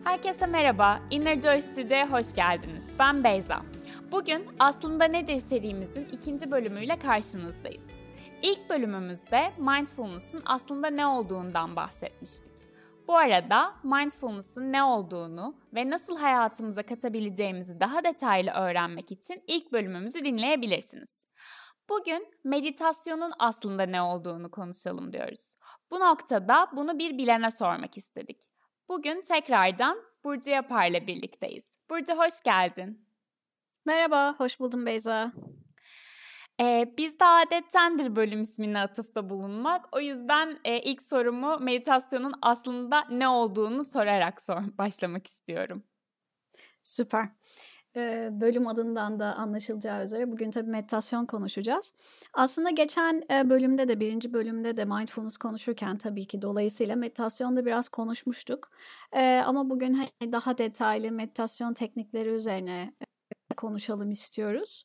Herkese merhaba, Inner Joy Studio'ya hoş geldiniz. Ben Beyza. Bugün Aslında Nedir serimizin 2. bölümüyle karşınızdayız. İlk bölümümüzde Mindfulness'ın aslında ne olduğundan bahsetmiştik. Bu arada Mindfulness'ın ne olduğunu ve nasıl hayatımıza katabileceğimizi daha detaylı öğrenmek için ilk bölümümüzü dinleyebilirsiniz. Bugün meditasyonun aslında ne olduğunu konuşalım diyoruz. Bu noktada bunu bir bilene sormak istedik. Bugün tekrardan Burcu Yapar'la birlikteyiz. Burcu hoş geldin. Merhaba, hoş buldum Beyza. Bizde adettendir bölüm ismine atıfta bulunmak. O yüzden ilk sorumu meditasyonun aslında ne olduğunu sorarak başlamak istiyorum. Süper. Bölüm adından da anlaşılacağı üzere bugün tabii meditasyon konuşacağız. Aslında geçen bölümde de, 1. bölümde de mindfulness konuşurken tabii ki dolayısıyla meditasyonda biraz konuşmuştuk. Ama bugün daha detaylı meditasyon teknikleri üzerine konuşalım istiyoruz.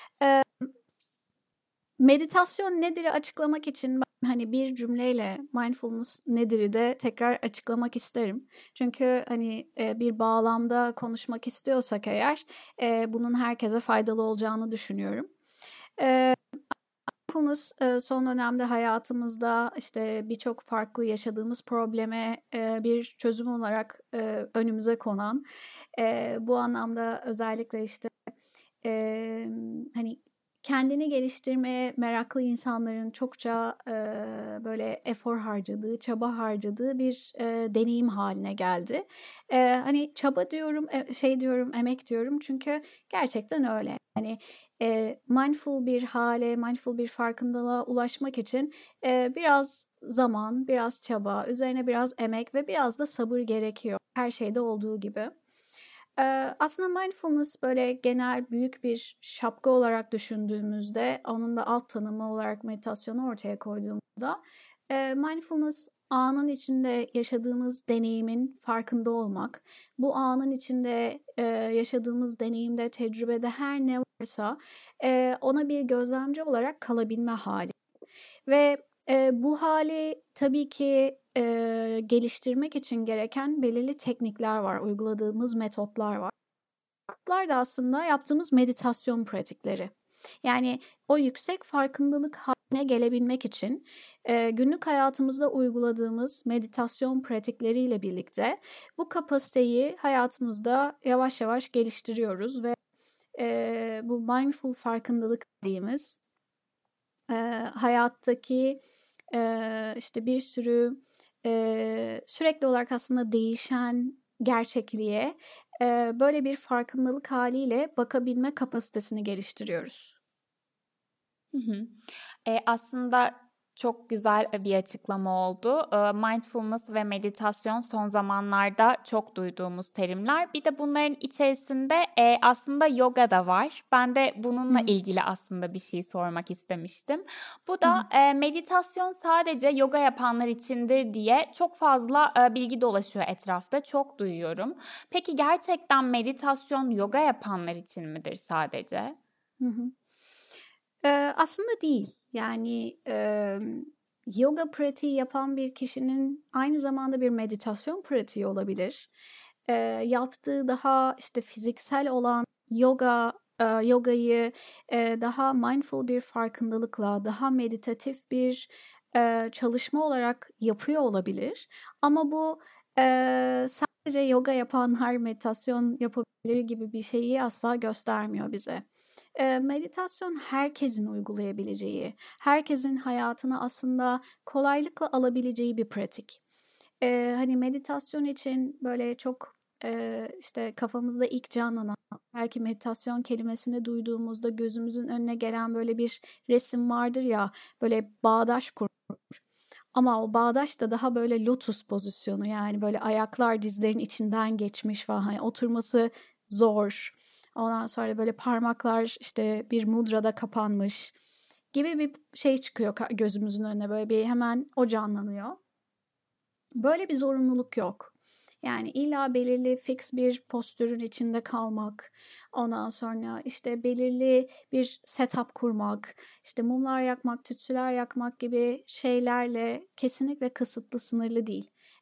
Meditasyon nedir'i açıklamak için ben bir cümleyle mindfulness nedir'i de tekrar açıklamak isterim. Çünkü bir bağlamda konuşmak istiyorsak eğer bunun herkese faydalı olacağını düşünüyorum. Mindfulness son dönemde hayatımızda birçok farklı yaşadığımız probleme bir çözüm olarak önümüze konan, bu anlamda özellikle kendini geliştirmeye meraklı insanların çokça böyle efor harcadığı, çaba harcadığı bir deneyim haline geldi. Çaba diyorum, diyorum, emek diyorum çünkü gerçekten öyle. Mindful bir hale, mindful bir farkındalığa ulaşmak için biraz zaman, biraz çaba, üzerine biraz emek ve biraz da sabır gerekiyor. Her şeyde olduğu gibi. Aslında mindfulness böyle genel büyük bir şapka olarak düşündüğümüzde, onun da alt tanımı olarak meditasyonu ortaya koyduğumuzda, mindfulness anın içinde yaşadığımız deneyimin farkında olmak, bu anın içinde yaşadığımız deneyimde, tecrübede her ne varsa ona bir gözlemci olarak kalabilme hali. Ve bu hali tabii ki geliştirmek için gereken belirli teknikler var, uyguladığımız metotlar var. Bunlar da aslında yaptığımız meditasyon pratikleri. Yani o yüksek farkındalık haline gelebilmek için günlük hayatımızda uyguladığımız meditasyon pratikleriyle birlikte bu kapasiteyi hayatımızda yavaş yavaş geliştiriyoruz ve bu mindful farkındalık dediğimiz hayattaki bir sürü sürekli olarak aslında değişen gerçekliğe böyle bir farkındalık haliyle bakabilme kapasitesini geliştiriyoruz. Hı hı. Aslında çok güzel bir açıklama oldu. Mindfulness ve meditasyon son zamanlarda çok duyduğumuz terimler. Bir de bunların içerisinde aslında yoga da var. Ben de bununla ilgili aslında bir şey sormak istemiştim. Bu da meditasyon sadece yoga yapanlar içindir diye çok fazla bilgi dolaşıyor etrafta. Çok duyuyorum. Peki gerçekten meditasyon yoga yapanlar için midir sadece? Aslında değil. Yani yoga pratiği yapan bir kişinin aynı zamanda bir meditasyon pratiği olabilir. Yaptığı daha fiziksel olan yogayı daha mindful bir farkındalıkla, daha meditatif bir çalışma olarak yapıyor olabilir. Ama bu sadece yoga yapanlar meditasyon yapabilir gibi bir şeyi asla göstermiyor bize. Meditasyon herkesin uygulayabileceği, herkesin hayatına aslında kolaylıkla alabileceği bir pratik. Meditasyon için böyle çok kafamızda ilk canlanan, belki meditasyon kelimesini duyduğumuzda gözümüzün önüne gelen böyle bir resim vardır ya, böyle bağdaş kurmuş. Ama o bağdaş da daha böyle lotus pozisyonu, yani böyle ayaklar dizlerin içinden geçmiş falan, oturması zor. Ondan sonra böyle parmaklar bir mudrada kapanmış gibi bir şey çıkıyor gözümüzün önüne, böyle bir hemen o canlanıyor. Böyle bir zorunluluk yok. Yani illa belirli fix bir postürün içinde kalmak, ondan sonra belirli bir setup kurmak, mumlar yakmak, tütsüler yakmak gibi şeylerle kesinlikle kısıtlı, sınırlı değil.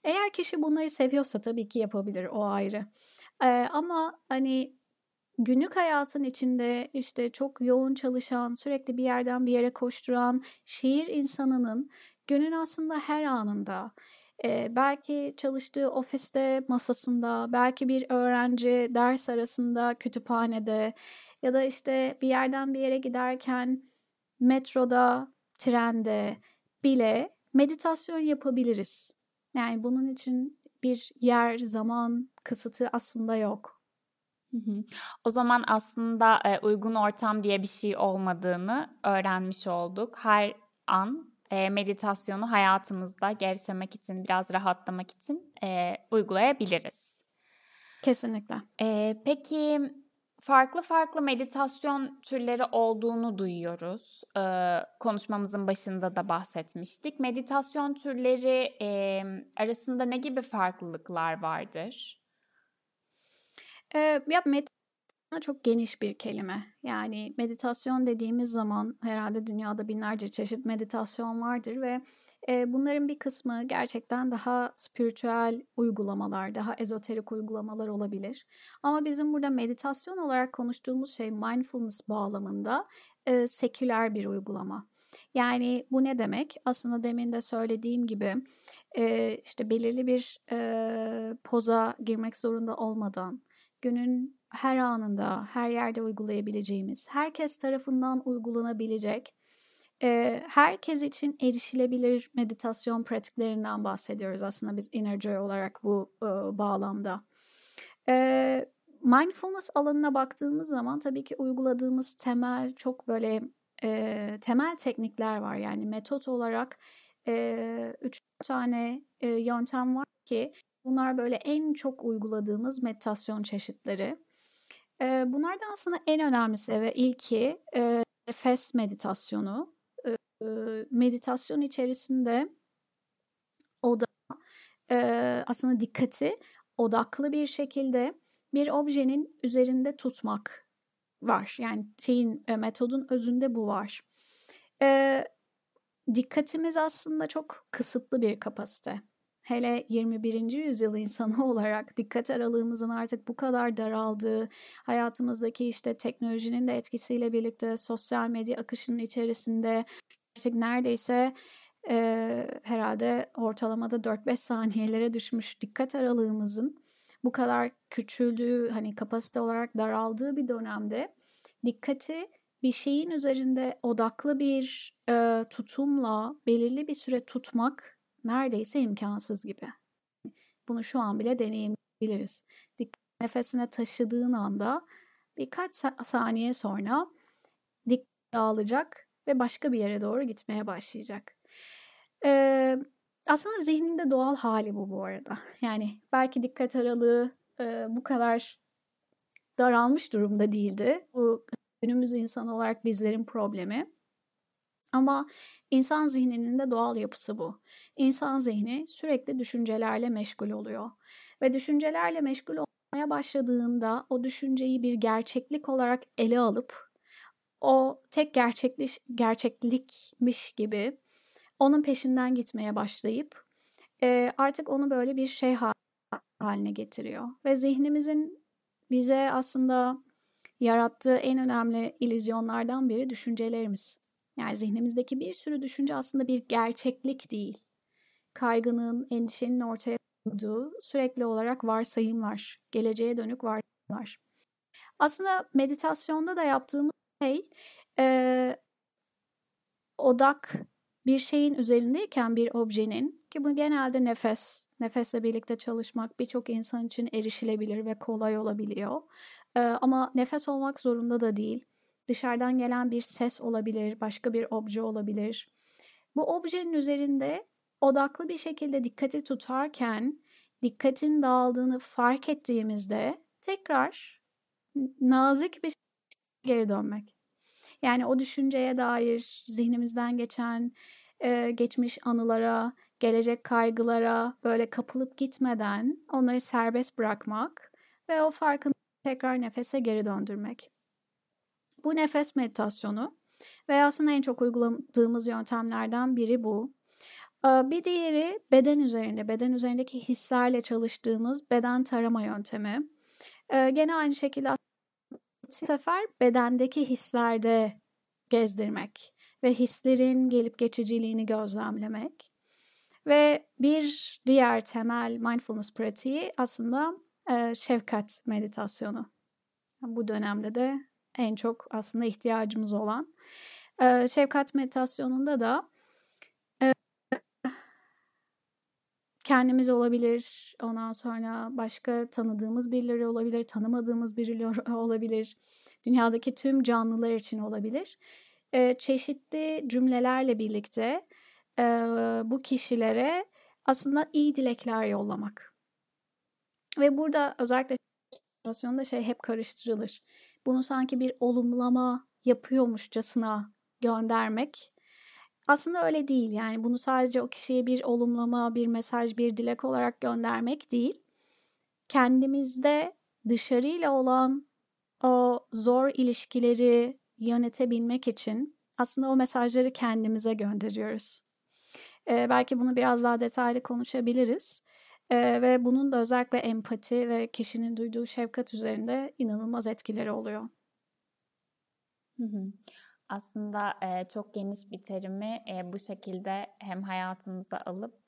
Eğer kişi bunları seviyorsa tabii ki yapabilir, o ayrı. Ama hani günlük hayatın içinde işte çok yoğun çalışan, sürekli bir yerden bir yere koşturan şehir insanının günün aslında her anında, belki çalıştığı ofiste, masasında, belki bir öğrenci ders arasında, kütüphanede ya da işte bir yerden bir yere giderken metroda, trende bile meditasyon yapabiliriz. Yani bunun için bir yer, zaman kısıtı aslında yok. Hı hı. O zaman aslında uygun ortam diye bir şey olmadığını öğrenmiş olduk. Her an meditasyonu hayatımızda gevşemek için, biraz rahatlamak için uygulayabiliriz. Kesinlikle. Peki farklı farklı meditasyon türleri olduğunu duyuyoruz. Konuşmamızın başında da bahsetmiştik. Meditasyon türleri arasında ne gibi farklılıklar vardır? Ya meditasyon çok geniş bir kelime. Yani meditasyon dediğimiz zaman herhalde dünyada binlerce çeşit meditasyon vardır ve bunların bir kısmı gerçekten daha spiritüel uygulamalar, daha ezoterik uygulamalar olabilir. Ama bizim burada meditasyon olarak konuştuğumuz şey mindfulness bağlamında seküler bir uygulama. Yani bu ne demek? Aslında demin de söylediğim gibi işte belirli bir poza girmek zorunda olmadan, günün her anında, her yerde uygulayabileceğimiz, herkes tarafından uygulanabilecek, herkes için erişilebilir meditasyon pratiklerinden bahsediyoruz aslında biz Inner Joy olarak bu bağlamda. Mindfulness alanına baktığımız zaman tabii ki uyguladığımız temel çok böyle temel teknikler var. Yani metot olarak 3 tane yöntem var ki bunlar böyle en çok uyguladığımız meditasyon çeşitleri. Bunlardan aslında en önemlisi ve ilki nefes meditasyonu. Meditasyon içerisinde oda aslında dikkati odaklı bir şekilde bir objenin üzerinde tutmak var. Yani metodun özünde bu var. Dikkatimiz aslında çok kısıtlı bir kapasite. Hele 21. yüzyıl insanı olarak dikkat aralığımızın artık bu kadar daraldığı, hayatımızdaki işte teknolojinin de etkisiyle birlikte sosyal medya akışının içerisinde artık neredeyse herhalde ortalamada 4-5 saniyelere düşmüş dikkat aralığımızın bu kadar küçüldüğü, hani kapasite olarak daraldığı bir dönemde dikkati bir şeyin üzerinde odaklı bir tutumla belirli bir süre tutmak neredeyse imkansız gibi. Bunu şu an bile deneyimleyebiliriz. Dikkat nefesine taşıdığın anda birkaç saniye sonra dikkat dağılacak ve başka bir yere doğru gitmeye başlayacak. Aslında zihninde doğal hali bu arada. Yani belki dikkat aralığı bu kadar daralmış durumda değildi. Bu günümüz insanı olarak bizlerin problemi. Ama insan zihninin de doğal yapısı bu. İnsan zihni sürekli düşüncelerle meşgul oluyor. Ve düşüncelerle meşgul olmaya başladığında o düşünceyi bir gerçeklik olarak ele alıp o tek gerçeklikmiş gibi onun peşinden gitmeye başlayıp artık onu böyle bir şey haline getiriyor. Ve zihnimizin bize aslında yarattığı en önemli illüzyonlardan biri düşüncelerimiz. Yani zihnimizdeki bir sürü düşünce aslında bir gerçeklik değil. Kaygının, endişenin ortaya koyduğu sürekli olarak varsayımlar, geleceğe dönük varsayımlar. Aslında meditasyonda da yaptığımız şey odak bir şeyin üzerindeyken bir objenin ki bu genelde nefesle birlikte çalışmak birçok insan için erişilebilir ve kolay olabiliyor. Ama nefes olmak zorunda da değil. Dışarıdan gelen bir ses olabilir, başka bir obje olabilir. Bu objenin üzerinde odaklı bir şekilde dikkati tutarken dikkatin dağıldığını fark ettiğimizde tekrar nazik bir şekilde geri dönmek. Yani o düşünceye dair zihnimizden geçen geçmiş anılara, gelecek kaygılara böyle kapılıp gitmeden onları serbest bırakmak ve o farkını tekrar nefese geri döndürmek. Bu nefes meditasyonu ve aslında en çok uyguladığımız yöntemlerden biri bu. Bir diğeri beden üzerinde, beden üzerindeki hislerle çalıştığımız beden tarama yöntemi. Gene aynı şekilde bu sefer bedendeki hislerde gezdirmek ve hislerin gelip geçiciliğini gözlemlemek. Ve bir diğer temel mindfulness pratiği aslında şefkat meditasyonu. Bu dönemde de en çok aslında ihtiyacımız olan. Şefkat meditasyonunda da kendimiz olabilir, ondan sonra başka tanıdığımız birileri olabilir, tanımadığımız birileri olabilir, dünyadaki tüm canlılar için olabilir. Çeşitli cümlelerle birlikte bu kişilere aslında iyi dilekler yollamak. Ve burada özellikle meditasyonda hep karıştırılır. Bunu sanki bir olumlama yapıyormuşçasına göndermek. Aslında öyle değil, yani bunu sadece o kişiye bir olumlama, bir mesaj, bir dilek olarak göndermek değil. Kendimizde dışarıyla olan o zor ilişkileri yönetebilmek için aslında o mesajları kendimize gönderiyoruz. Belki bunu biraz daha detaylı konuşabiliriz. Ve bunun da özellikle empati ve kişinin duyduğu şefkat üzerinde inanılmaz etkileri oluyor. Hı hı. Aslında çok geniş bir terimi bu şekilde hem hayatımıza alıp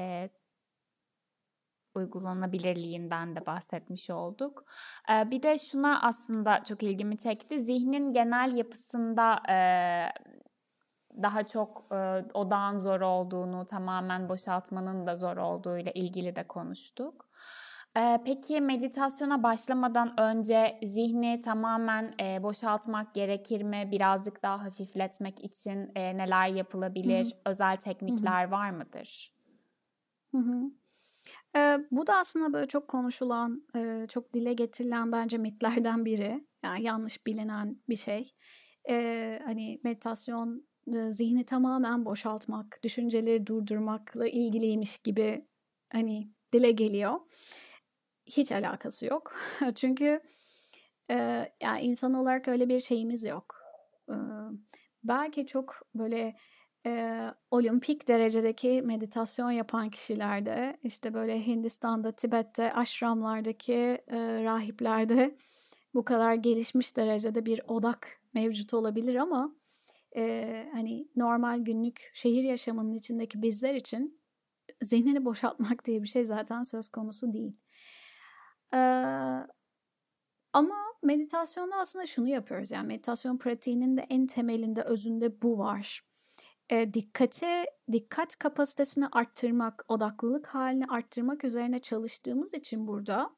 uygulanabilirliğinden de bahsetmiş olduk. Bir de şuna aslında çok ilgimi çekti. Zihnin genel yapısında daha çok odağın zor olduğunu, tamamen boşaltmanın da zor olduğuyla ilgili de konuştuk. Peki meditasyona başlamadan önce zihni tamamen boşaltmak gerekir mi? Birazcık daha hafifletmek için neler yapılabilir? Hı hı. Özel teknikler var mıdır? Hı hı. Bu da aslında böyle çok konuşulan, çok dile getirilen bence mitlerden biri. Yani yanlış bilinen bir şey. Hani meditasyon zihni tamamen boşaltmak, düşünceleri durdurmakla ilgiliymiş gibi hani dile geliyor. Hiç alakası yok. Çünkü yani insan olarak öyle bir şeyimiz yok. Eee, Belki çok böyle olimpik derecedeki meditasyon yapan kişilerde, işte böyle Hindistan'da, Tibet'te, aşramlardaki rahiplerde bu kadar gelişmiş derecede bir odak mevcut olabilir ama hani normal günlük şehir yaşamının içindeki bizler için zihnini boşaltmak diye bir şey zaten söz konusu değil. Ama meditasyonda aslında şunu yapıyoruz, yani meditasyon pratiğinin de en temelinde, özünde bu var. Dikkat kapasitesini arttırmak, odaklılık halini arttırmak üzerine çalıştığımız için burada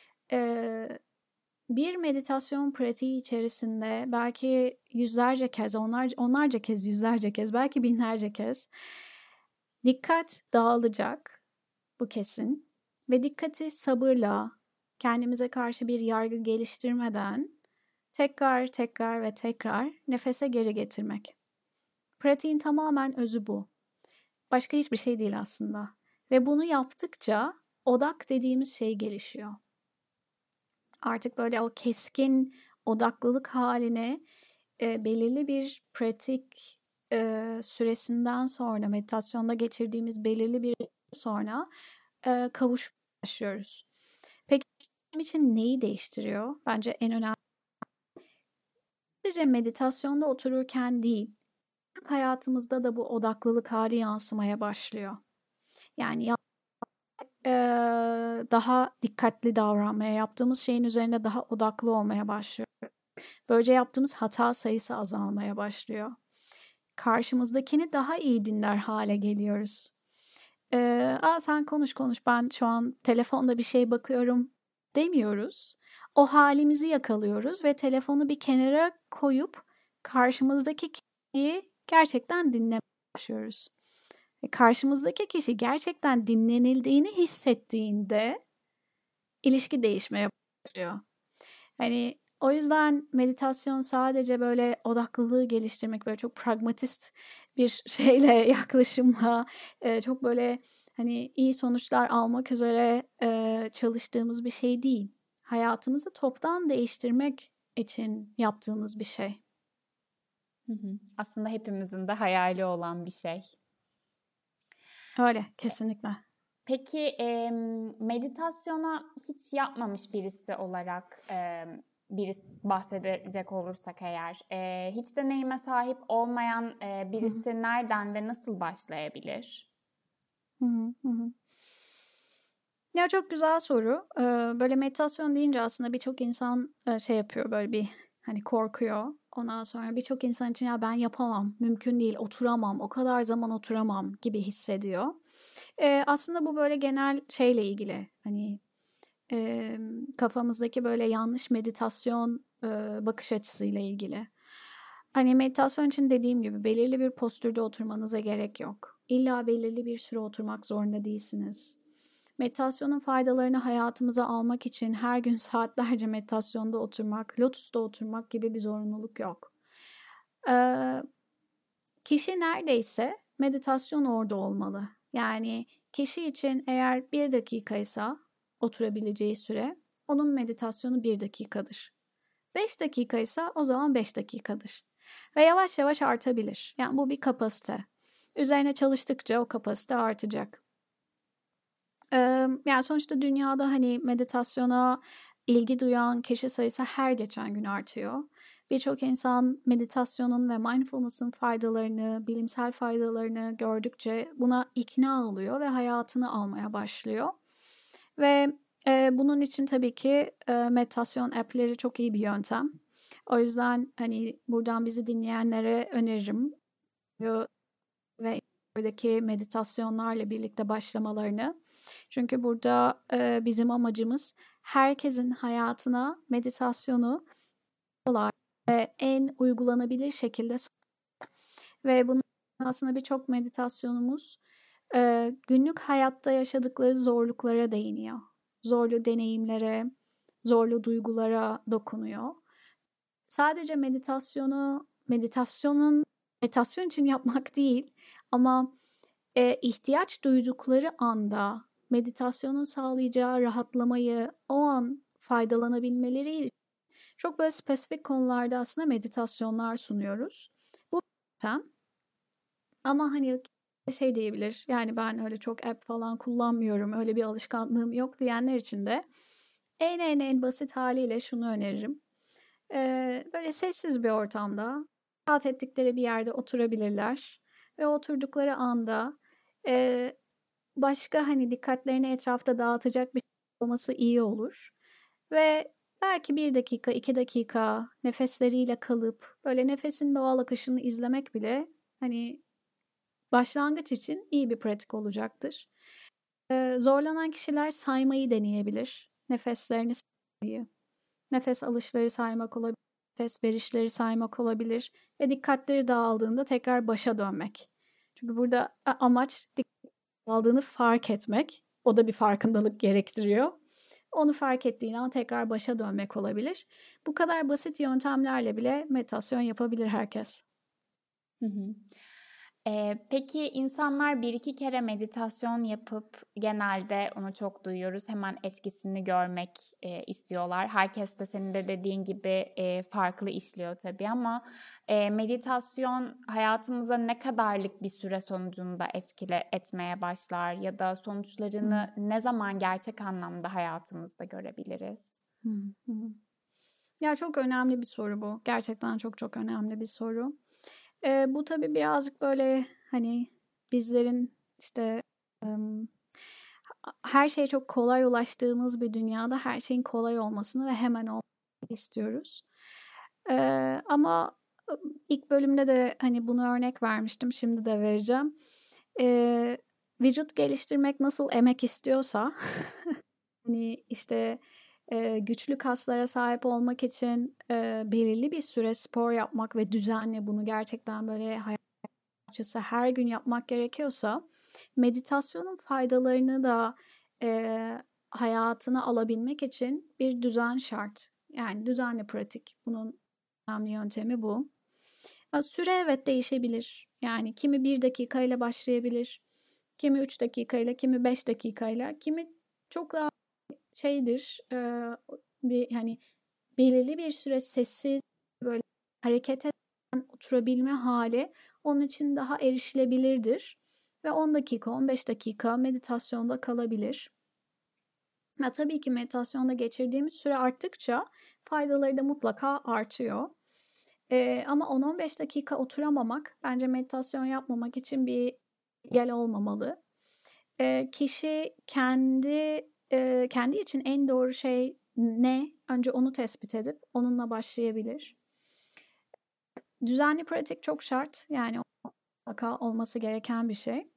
bir meditasyon pratiği içerisinde belki yüzlerce kez, onlarca kez, yüzlerce kez, belki binlerce kez dikkat dağılacak, bu kesin. Ve dikkati sabırla, kendimize karşı bir yargı geliştirmeden tekrar tekrar ve tekrar nefese geri getirmek. Pratiğin tamamen özü bu. Başka hiçbir şey değil aslında. Ve bunu yaptıkça odak dediğimiz şey gelişiyor. Artık böyle o keskin odaklılık haline belirli bir pratik süresinden sonra, meditasyonda geçirdiğimiz belirli bir sonra kavuşmaya başlıyoruz. Peki bizim için neyi değiştiriyor? Bence en önemli. Sadece meditasyonda otururken değil, hayatımızda da bu odaklılık hali yansımaya başlıyor. Yani daha dikkatli davranmaya, yaptığımız şeyin üzerine daha odaklı olmaya başlıyor. Böylece yaptığımız hata sayısı azalmaya başlıyor. Karşımızdakini daha iyi dinler hale geliyoruz. Sen konuş, ben şu an telefonda bir şey bakıyorum demiyoruz. O halimizi yakalıyoruz ve telefonu bir kenara koyup karşımızdaki kişiyi gerçekten dinlemeye başlıyoruz. Ve karşımızdaki kişi gerçekten dinlenildiğini hissettiğinde ilişki değişmeye başlıyor. Hani o yüzden meditasyon sadece böyle odaklılığı geliştirmek, böyle çok pragmatist bir şeyle, yaklaşımla, çok böyle hani iyi sonuçlar almak üzere çalıştığımız bir şey değil. Hayatımızı toptan değiştirmek için yaptığımız bir şey. Hı hı. Aslında hepimizin de hayali olan bir şey. Öyle, kesinlikle. Peki meditasyona hiç yapmamış birisi olarak birisi bahsedecek olursak eğer, hiç deneyime sahip olmayan birisi nereden ve nasıl başlayabilir? Hı hı, hı hı. Ya çok güzel soru. Böyle meditasyon deyince aslında birçok insan şey yapıyor, böyle bir hani korkuyor. Ondan sonra birçok insan için ya ben yapamam, mümkün değil, oturamam, o kadar zaman oturamam gibi hissediyor. Aslında bu böyle genel şeyle ilgili, hani kafamızdaki böyle yanlış meditasyon bakış açısıyla ilgili. Hani meditasyon için dediğim gibi belirli bir postürde oturmanıza gerek yok. İlla belirli bir süre oturmak zorunda değilsiniz. Meditasyonun faydalarını hayatımıza almak için her gün saatlerce meditasyonda oturmak, lotus'ta oturmak gibi bir zorunluluk yok. Ee, Kişi neredeyse meditasyon orada olmalı. Yani kişi için eğer 1 dakikaysa oturabileceği süre, onun meditasyonu 1 dakikadır. 5 dakikaysa o zaman 5 dakikadır. Ve yavaş yavaş artabilir. Yani bu bir kapasite. Üzerine çalıştıkça o kapasite artacak. Yani sonuçta dünyada hani meditasyona ilgi duyan kişi sayısı her geçen gün artıyor. Birçok insan meditasyonun ve mindfulness'ın faydalarını, bilimsel faydalarını gördükçe buna ikna oluyor ve hayatını almaya başlıyor. Ve bunun için tabii ki meditasyon app'leri çok iyi bir yöntem. O yüzden hani buradan bizi dinleyenlere öneririm ve buradaki meditasyonlarla birlikte başlamalarını. Çünkü burada bizim amacımız herkesin hayatına meditasyonu kolay ve en uygulanabilir şekilde ve bunun aslında birçok meditasyonumuz günlük hayatta yaşadıkları zorluklara değiniyor. Zorlu deneyimlere, zorlu duygulara dokunuyor. Sadece meditasyon için yapmak değil ama ihtiyaç duydukları anda meditasyonun sağlayacağı rahatlamayı o an faydalanabilmeleri için çok böyle spesifik konularda aslında meditasyonlar sunuyoruz. Bu yöntem ama hani şey diyebilir yani ben öyle çok app falan kullanmıyorum, öyle bir alışkanlığım yok diyenler için de en basit haliyle şunu öneririm. Böyle sessiz bir ortamda, rahat ettikleri bir yerde oturabilirler ve oturdukları anda başka hani dikkatlerini etrafta dağıtacak bir şey olması iyi olur. Ve belki 1 dakika, 2 dakika nefesleriyle kalıp böyle nefesin doğal akışını izlemek bile hani başlangıç için iyi bir pratik olacaktır. Zorlanan kişiler saymayı deneyebilir. Nefeslerini saymayı. Nefes alışları saymak olabilir, nefes verişleri saymak olabilir ve dikkatleri dağıldığında tekrar başa dönmek. Çünkü burada amaç dikkat dağıldığını fark etmek. O da bir farkındalık gerektiriyor. Onu fark ettiğin an tekrar başa dönmek olabilir. Bu kadar basit yöntemlerle bile meditasyon yapabilir herkes. Hı hı. Peki insanlar 1-2 kere meditasyon yapıp genelde onu çok duyuyoruz. Hemen etkisini görmek istiyorlar. Herkes de senin de dediğin gibi farklı işliyor tabii ama meditasyon hayatımıza ne kadarlık bir süre sonucunda etkile etmeye başlar ya da sonuçlarını ne zaman gerçek anlamda hayatımızda görebiliriz? Hı hı. Ya çok önemli bir soru bu. Gerçekten çok önemli bir soru. Bu tabii birazcık böyle hani bizlerin işte her şeye çok kolay ulaştığımız bir dünyada her şeyin kolay olmasını ve hemen olmasını istiyoruz. Ama ilk bölümde de hani bunu örnek vermiştim, şimdi de vereceğim. Eee, Vücut geliştirmek nasıl emek istiyorsa hani işte güçlü kaslara sahip olmak için belirli bir süre spor yapmak ve düzenli bunu gerçekten böyle hayat parçası her gün yapmak gerekiyorsa meditasyonun faydalarını da hayatına alabilmek için bir düzen şart. Yani düzenli pratik. Bunun önemli yöntemi bu. Süre evet değişebilir. Yani kimi 1 dakikayla başlayabilir. Kimi 3 dakikayla, kimi 5 dakikayla, kimi çok daha şeydir. Bir hani belirli bir süre sessiz böyle hareket eden oturabilme hali onun için daha erişilebilirdir. ve 10 dakika, 15 dakika meditasyonda kalabilir. Ya tabii ki meditasyonda geçirdiğimiz süre arttıkça faydaları da mutlaka artıyor. Ama 10-15 dakika oturamamak bence meditasyon yapmamak için bir engel olmamalı. Kişi kendi için en doğru şey ne? Önce onu tespit edip onunla başlayabilir. Düzenli pratik çok şart. Yani mutlaka olması gereken bir şey.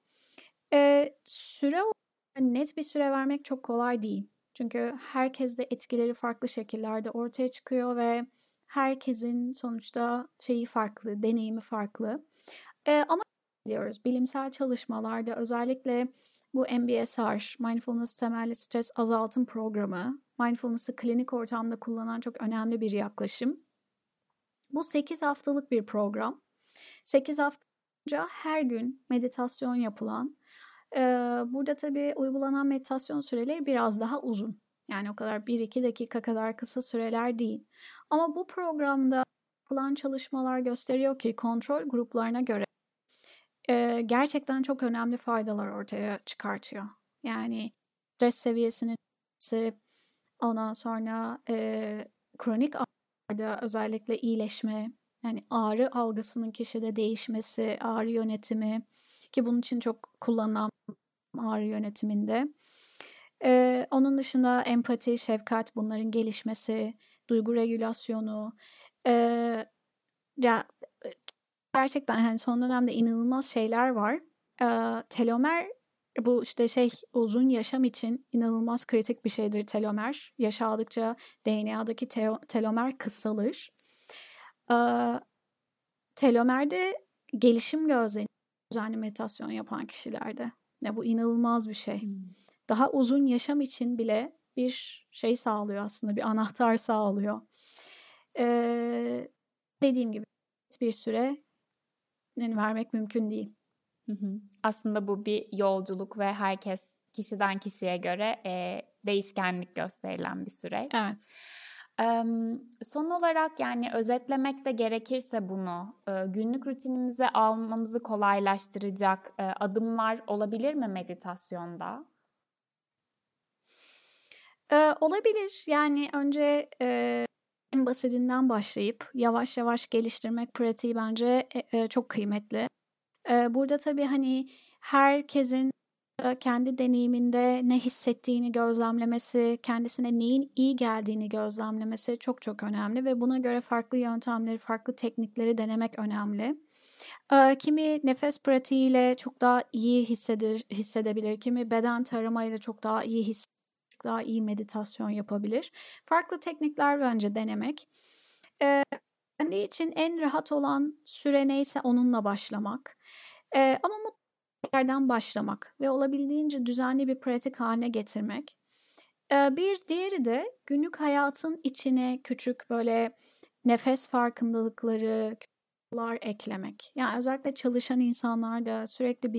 Net bir süre vermek çok kolay değil. Çünkü herkeste etkileri farklı şekillerde ortaya çıkıyor ve herkesin sonuçta şeyi farklı, deneyimi farklı. Ama biliyoruz bilimsel çalışmalarda özellikle bu MBSR, Mindfulness Temelli Stres Azaltım Programı, mindfulness'ı klinik ortamda kullanan çok önemli bir yaklaşım. Bu 8 haftalık bir program. 8 hafta boyunca her gün meditasyon yapılan, burada tabii uygulanan meditasyon süreleri biraz daha uzun. Yani o kadar 1-2 dakika kadar kısa süreler değil. Ama bu programda yapılan çalışmalar gösteriyor ki kontrol gruplarına göre gerçekten çok önemli faydalar ortaya çıkartıyor. Yani stres seviyesinin düşmesi, ondan sonra kronik ağrıda özellikle iyileşme, yani ağrı algısının kişide değişmesi, ağrı yönetimi ki bunun için çok kullanılan ağrı yönetiminde. Onun dışında empati, şefkat bunların gelişmesi, duygu regülasyonu. Ya gerçekten hani son dönemde inanılmaz şeyler var. Telomer bu işte uzun yaşam için inanılmaz kritik bir şeydir telomer. Yaş aldıkça DNA'daki telomer kısalır. Telomerde gelişim gözleniyor düzenli meditasyon yapan kişilerde. Ya bu inanılmaz bir şey. Daha uzun yaşam için bile bir şey sağlıyor aslında, bir anahtar sağlıyor. Dediğim gibi bir süre vermek mümkün değil. Aslında bu bir yolculuk ve herkes kişiden kişiye göre değişkenlik gösterilen bir süreç. Evet. Son olarak yani özetlemek de gerekirse bunu günlük rutinimize almamızı kolaylaştıracak adımlar olabilir mi meditasyonda? Olabilir. Yani önce en basitinden başlayıp yavaş yavaş geliştirmek pratiği bence çok kıymetli. Burada tabii hani herkesin kendi deneyiminde ne hissettiğini gözlemlemesi, kendisine neyin iyi geldiğini gözlemlemesi çok çok önemli ve buna göre farklı yöntemleri, farklı teknikleri denemek önemli. Kimi nefes pratiğiyle çok daha iyi hissedebilir, kimi beden taramayla çok daha iyi çok daha iyi meditasyon yapabilir. Farklı teknikler bence denemek. Kendi için en rahat olan süre neyse onunla başlamak. Ama mutlaka yerden başlamak ve olabildiğince düzenli bir pratik haline getirmek. Bir diğeri de günlük hayatın içine küçük böyle nefes farkındalıkları eklemek. Yani özellikle çalışan insanlar da sürekli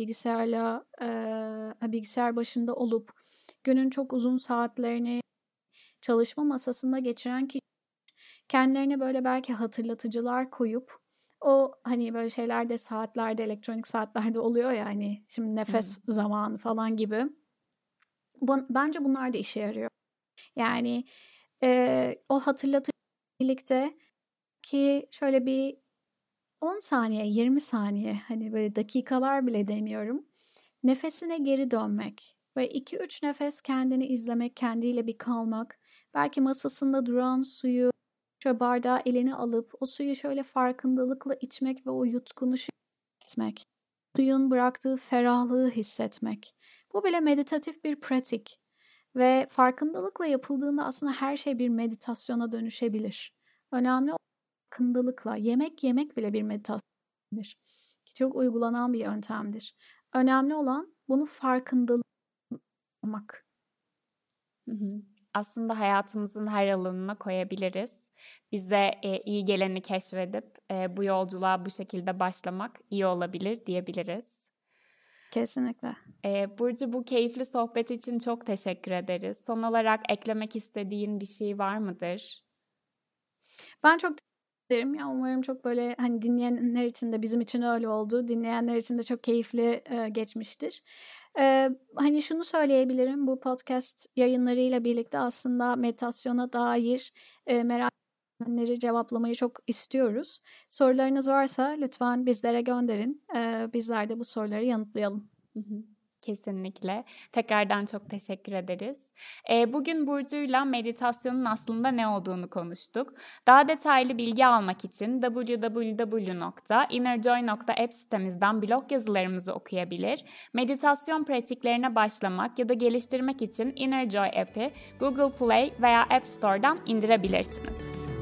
bilgisayar başında olup günün çok uzun saatlerini çalışma masasında geçiren kişi kendilerine böyle belki hatırlatıcılar koyup o hani böyle şeylerde saatlerde, elektronik saatlerde oluyor ya hani şimdi nefes zamanı falan gibi. Bence bunlar da işe yarıyor. Yani o hatırlatıcı birlikte ki şöyle bir 10 saniye, 20 saniye hani böyle dakikalar bile demiyorum. Nefesine geri dönmek ve 2-3 nefes kendini izlemek, kendiyle bir kalmak. Belki masasında duran suyu şöyle bardağı eline alıp o suyu şöyle farkındalıkla içmek ve o yutkunu hissetmek. Suyun bıraktığı ferahlığı hissetmek. Bu bile meditatif bir pratik ve farkındalıkla yapıldığında aslında her şey bir meditasyona dönüşebilir. Önemli olan farkındalıkla yemek bile bir meditasyondur. Çok uygulanan bir yöntemdir. Önemli olan bunu farkındalık olmak. Aslında hayatımızın her alanına koyabiliriz. Bize iyi geleni keşfedip bu yolculuğa bu şekilde başlamak iyi olabilir diyebiliriz. Kesinlikle. Burcu bu keyifli sohbet için çok teşekkür ederiz. Son olarak eklemek istediğin bir şey var mıdır? Ben çok derim. Ya umarım çok böyle hani dinleyenler için de bizim için öyle oldu. Dinleyenler için de çok keyifli geçmiştir. Hani şunu söyleyebilirim. Bu podcast yayınlarıyla birlikte aslında meditasyona dair merak edenleri cevaplamayı çok istiyoruz. Sorularınız varsa lütfen bizlere gönderin. Bizler de bu soruları yanıtlayalım. Hı hı. Kesinlikle. Tekrardan çok teşekkür ederiz. Bugün Burcu'yla meditasyonun aslında ne olduğunu konuştuk. Daha detaylı bilgi almak için www.innerjoy.app sitemizden blog yazılarımızı okuyabilir. Meditasyon pratiklerine başlamak ya da geliştirmek için Inner Joy app'i Google Play veya App Store'dan indirebilirsiniz.